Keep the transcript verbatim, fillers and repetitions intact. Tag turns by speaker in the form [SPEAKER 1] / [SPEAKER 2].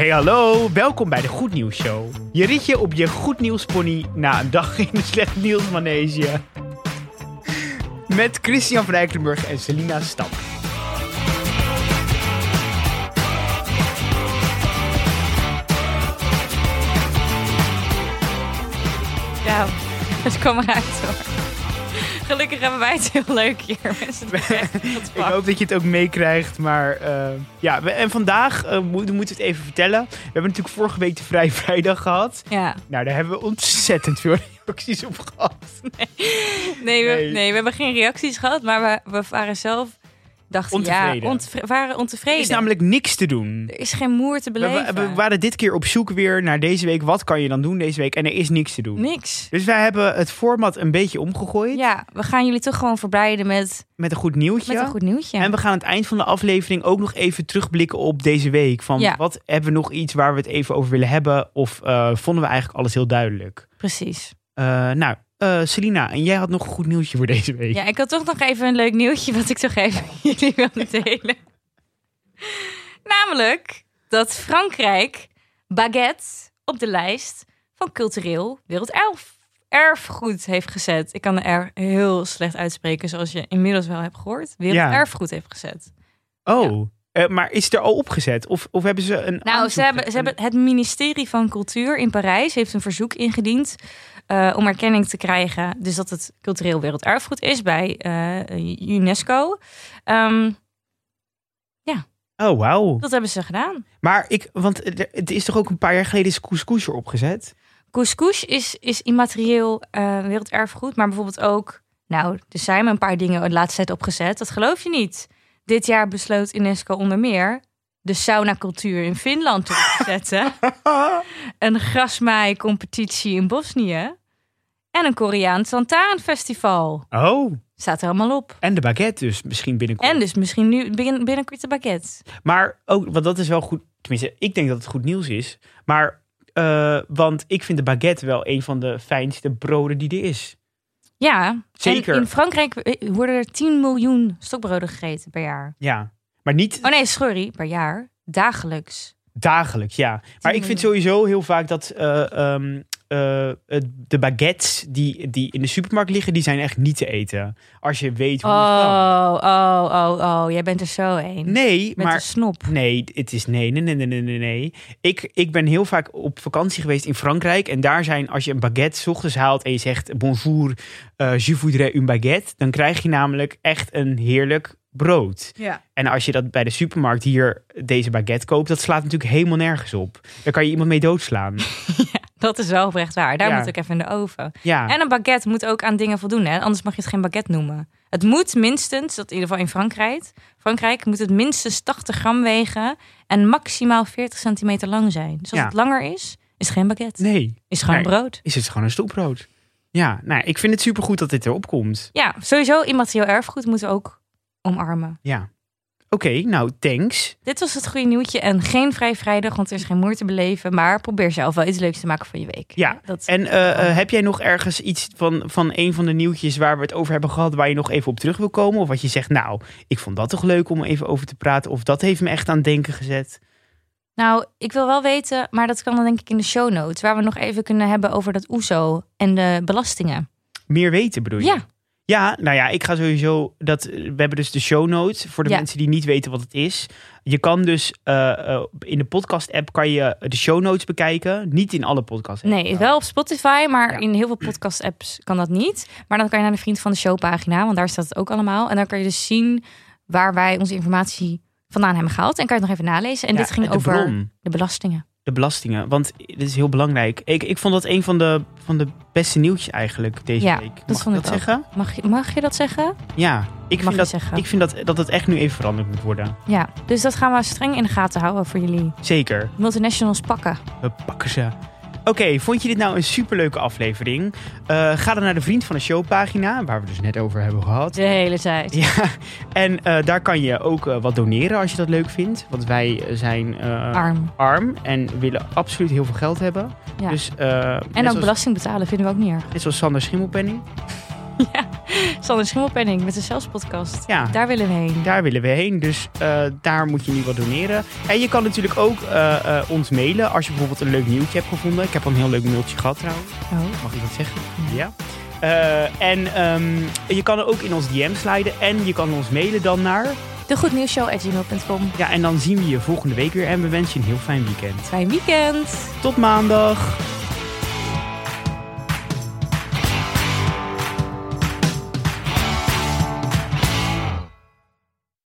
[SPEAKER 1] Hey hallo, welkom bij de Goed Nieuws Show. Je riet je op je Goed Nieuws pony na een dag in de Slecht Nieuws Manege. Met Christian van Eikelenburg en Selina Stam.
[SPEAKER 2] Ja, het kwam eruit hoor. Gelukkig hebben wij het heel leuk hier.
[SPEAKER 1] Ik hoop dat je het ook meekrijgt. Maar uh, ja, we, en vandaag uh, moeten we het even vertellen. We hebben natuurlijk vorige week de Vrije Vrijdag gehad.
[SPEAKER 2] Ja.
[SPEAKER 1] Nou, daar hebben we ontzettend veel reacties op gehad.
[SPEAKER 2] Nee, nee, we, nee. nee we hebben geen reacties gehad. Maar we, we waren zelf... Dachten,
[SPEAKER 1] ontevreden.
[SPEAKER 2] Ja, ontevreden. waren ontevreden.
[SPEAKER 1] Er is namelijk niks te doen.
[SPEAKER 2] Er is geen moer te beleven.
[SPEAKER 1] We, we waren dit keer op zoek weer naar deze week. Wat kan je dan doen deze week? En er is niks te doen.
[SPEAKER 2] Niks.
[SPEAKER 1] Dus wij hebben het format een beetje omgegooid.
[SPEAKER 2] Ja, we gaan jullie toch gewoon verblijden met...
[SPEAKER 1] Met een goed nieuwtje.
[SPEAKER 2] Met een goed nieuwtje.
[SPEAKER 1] En we gaan aan het eind van de aflevering ook nog even terugblikken op deze week. Van ja. Wat hebben we nog iets waar we het even over willen hebben? Of uh, vonden we eigenlijk alles heel duidelijk?
[SPEAKER 2] Precies.
[SPEAKER 1] Uh, nou... Uh, Selina, en jij had nog een goed nieuwtje voor deze week.
[SPEAKER 2] Ja, ik had toch nog even een leuk nieuwtje wat ik toch even jullie wilde delen. Namelijk dat Frankrijk baguette op de lijst van cultureel werelderfgoed heeft gezet. Ik kan de R heel slecht uitspreken, zoals je inmiddels wel hebt gehoord. Werelderfgoed ja. heeft gezet.
[SPEAKER 1] Oh, ja. uh, maar is het er al opgezet? Of, of hebben ze een
[SPEAKER 2] Nou, ze hebben, ze hebben het ministerie van Cultuur in Parijs heeft een verzoek ingediend... Uh, om erkenning te krijgen, dus dat het cultureel werelderfgoed is bij uh, UNESCO. Um, ja.
[SPEAKER 1] Oh, wauw.
[SPEAKER 2] Dat hebben ze gedaan.
[SPEAKER 1] Maar ik, want het is toch ook een paar jaar geleden is couscous erop gezet?
[SPEAKER 2] Couscous is, is immaterieel uh, werelderfgoed, maar bijvoorbeeld ook, nou, er zijn een paar dingen de laatste tijd opgezet. Dat geloof je niet. Dit jaar besloot UNESCO onder meer de saunacultuur in Finland op te zetten. Een grasmaai-competitie in Bosnië. En een Koreaans lantaarnfestival.
[SPEAKER 1] Oh.
[SPEAKER 2] Staat er allemaal op.
[SPEAKER 1] En de baguette dus misschien binnenkort.
[SPEAKER 2] En dus misschien nu binnen, binnenkort de baguette.
[SPEAKER 1] Maar ook, want dat is wel goed. Tenminste, ik denk dat het goed nieuws is. Maar, uh, want ik vind de baguette wel een van de fijnste broden die er is.
[SPEAKER 2] Ja.
[SPEAKER 1] Zeker.
[SPEAKER 2] En in Frankrijk worden er tien miljoen stokbroden gegeten per jaar.
[SPEAKER 1] Ja. Maar niet...
[SPEAKER 2] Oh nee, sorry, per jaar. Dagelijks.
[SPEAKER 1] Dagelijks, ja. Maar ik vind sowieso heel vaak dat uh, um, uh, de baguettes die, die in de supermarkt liggen, die zijn echt niet te eten. Als je weet hoe
[SPEAKER 2] oh,
[SPEAKER 1] het kan.
[SPEAKER 2] Oh, oh, oh, jij bent er zo een.
[SPEAKER 1] Nee,
[SPEAKER 2] Met
[SPEAKER 1] maar...
[SPEAKER 2] de snop.
[SPEAKER 1] Nee, het is nee, nee, nee, nee, nee, nee. Ik, ik ben heel vaak op vakantie geweest in Frankrijk. En daar zijn, als je een baguette 's ochtends haalt en je zegt bonjour, uh, je voudrais une baguette. Dan krijg je namelijk echt een heerlijk brood.
[SPEAKER 2] Ja.
[SPEAKER 1] En als je dat bij de supermarkt hier deze baguette koopt, dat slaat natuurlijk helemaal nergens op. Daar kan je iemand mee doodslaan.
[SPEAKER 2] Ja, dat is wel oprecht waar. Daar
[SPEAKER 1] ja.
[SPEAKER 2] moet ik even in de oven.
[SPEAKER 1] Ja.
[SPEAKER 2] En een baguette moet ook aan dingen voldoen. Hè? Anders mag je het geen baguette noemen. Het moet minstens, dat in ieder geval in Frankrijk, Frankrijk moet het minstens tachtig gram wegen en maximaal veertig centimeter lang zijn. Dus als
[SPEAKER 1] ja.
[SPEAKER 2] het langer is, is het geen baguette.
[SPEAKER 1] Nee.
[SPEAKER 2] Is gewoon
[SPEAKER 1] nee.
[SPEAKER 2] brood.
[SPEAKER 1] Is het gewoon een stoepbrood. Ja, nou, ik vind het supergoed dat dit erop komt.
[SPEAKER 2] Ja, sowieso immaterieel erfgoed moeten we ook omarmen.
[SPEAKER 1] Ja. Oké, okay, nou, thanks.
[SPEAKER 2] Dit was het goede nieuwtje en geen Vrije Vrijdag, want er is geen moer te beleven. Maar probeer zelf wel iets leuks te maken van je week.
[SPEAKER 1] Ja, dat... en uh, uh, heb jij nog ergens iets van, van een van de nieuwtjes waar we het over hebben gehad, waar je nog even op terug wil komen? Of wat je zegt, nou, ik vond dat toch leuk om even over te praten. Of dat heeft me echt aan het denken gezet.
[SPEAKER 2] Nou, ik wil wel weten, maar dat kan dan denk ik in de show notes, waar we nog even kunnen hebben over dat O E S O en de belastingen.
[SPEAKER 1] Meer weten bedoel je?
[SPEAKER 2] Ja.
[SPEAKER 1] Ja, nou ja, ik ga sowieso... Dat, we hebben dus de show notes voor de ja. mensen die niet weten wat het is. Je kan dus uh, uh, in de podcast-app kan je de show notes bekijken. Niet in alle podcast-apps.
[SPEAKER 2] Nee, wel op Spotify, maar
[SPEAKER 1] ja.
[SPEAKER 2] in heel veel podcast-apps kan dat niet. Maar dan kan je naar de Vriend van de Show pagina, want daar staat het ook allemaal. En dan kan je dus zien waar wij onze informatie vandaan hebben gehaald. En kan je het nog even nalezen. En
[SPEAKER 1] ja,
[SPEAKER 2] dit ging
[SPEAKER 1] de
[SPEAKER 2] over
[SPEAKER 1] bron.
[SPEAKER 2] de belastingen.
[SPEAKER 1] De belastingen, want dit is heel belangrijk. Ik, ik vond dat een van de, van de beste nieuwtjes eigenlijk deze
[SPEAKER 2] ja,
[SPEAKER 1] week. Mag
[SPEAKER 2] dat vond
[SPEAKER 1] ik dat
[SPEAKER 2] ik
[SPEAKER 1] zeggen?
[SPEAKER 2] Mag je, mag je dat zeggen?
[SPEAKER 1] Ja, ik vind, dat,
[SPEAKER 2] zeggen.
[SPEAKER 1] ik vind dat, dat het echt nu even veranderd moet worden.
[SPEAKER 2] Ja, dus dat gaan we streng in de gaten houden voor jullie.
[SPEAKER 1] Zeker.
[SPEAKER 2] Multinationals pakken.
[SPEAKER 1] We pakken ze. Oké, okay, vond je dit nou een superleuke aflevering? Uh, ga dan naar de Vriend van de Show pagina, waar we dus net over hebben gehad.
[SPEAKER 2] De hele tijd.
[SPEAKER 1] Ja, en uh, daar kan je ook uh, wat doneren als je dat leuk vindt. Want wij zijn uh,
[SPEAKER 2] arm.
[SPEAKER 1] arm en willen absoluut heel veel geld hebben.
[SPEAKER 2] Ja.
[SPEAKER 1] Dus, uh,
[SPEAKER 2] en ook zoals, belasting betalen vinden we ook niet erg.
[SPEAKER 1] Net zoals Sander Schimmelpenning.
[SPEAKER 2] Ja, Sander Schimmelpenninck met de Zelfs podcast.
[SPEAKER 1] Ja.
[SPEAKER 2] Daar willen we heen.
[SPEAKER 1] Daar willen we heen, dus uh, daar moet je nu wat doneren. En je kan natuurlijk ook uh, uh, ons mailen als je bijvoorbeeld een leuk nieuwtje hebt gevonden. Ik heb al een heel leuk mailtje gehad trouwens.
[SPEAKER 2] Oh.
[SPEAKER 1] Mag ik dat zeggen? Ja. Uh, en um, je kan er ook in ons D M sliden en je kan ons mailen dan naar...
[SPEAKER 2] de goednieuwsshow at gmail dot com.
[SPEAKER 1] Ja, en dan zien we je volgende week weer en we wensen je een heel fijn weekend.
[SPEAKER 2] Fijn weekend.
[SPEAKER 1] Tot maandag.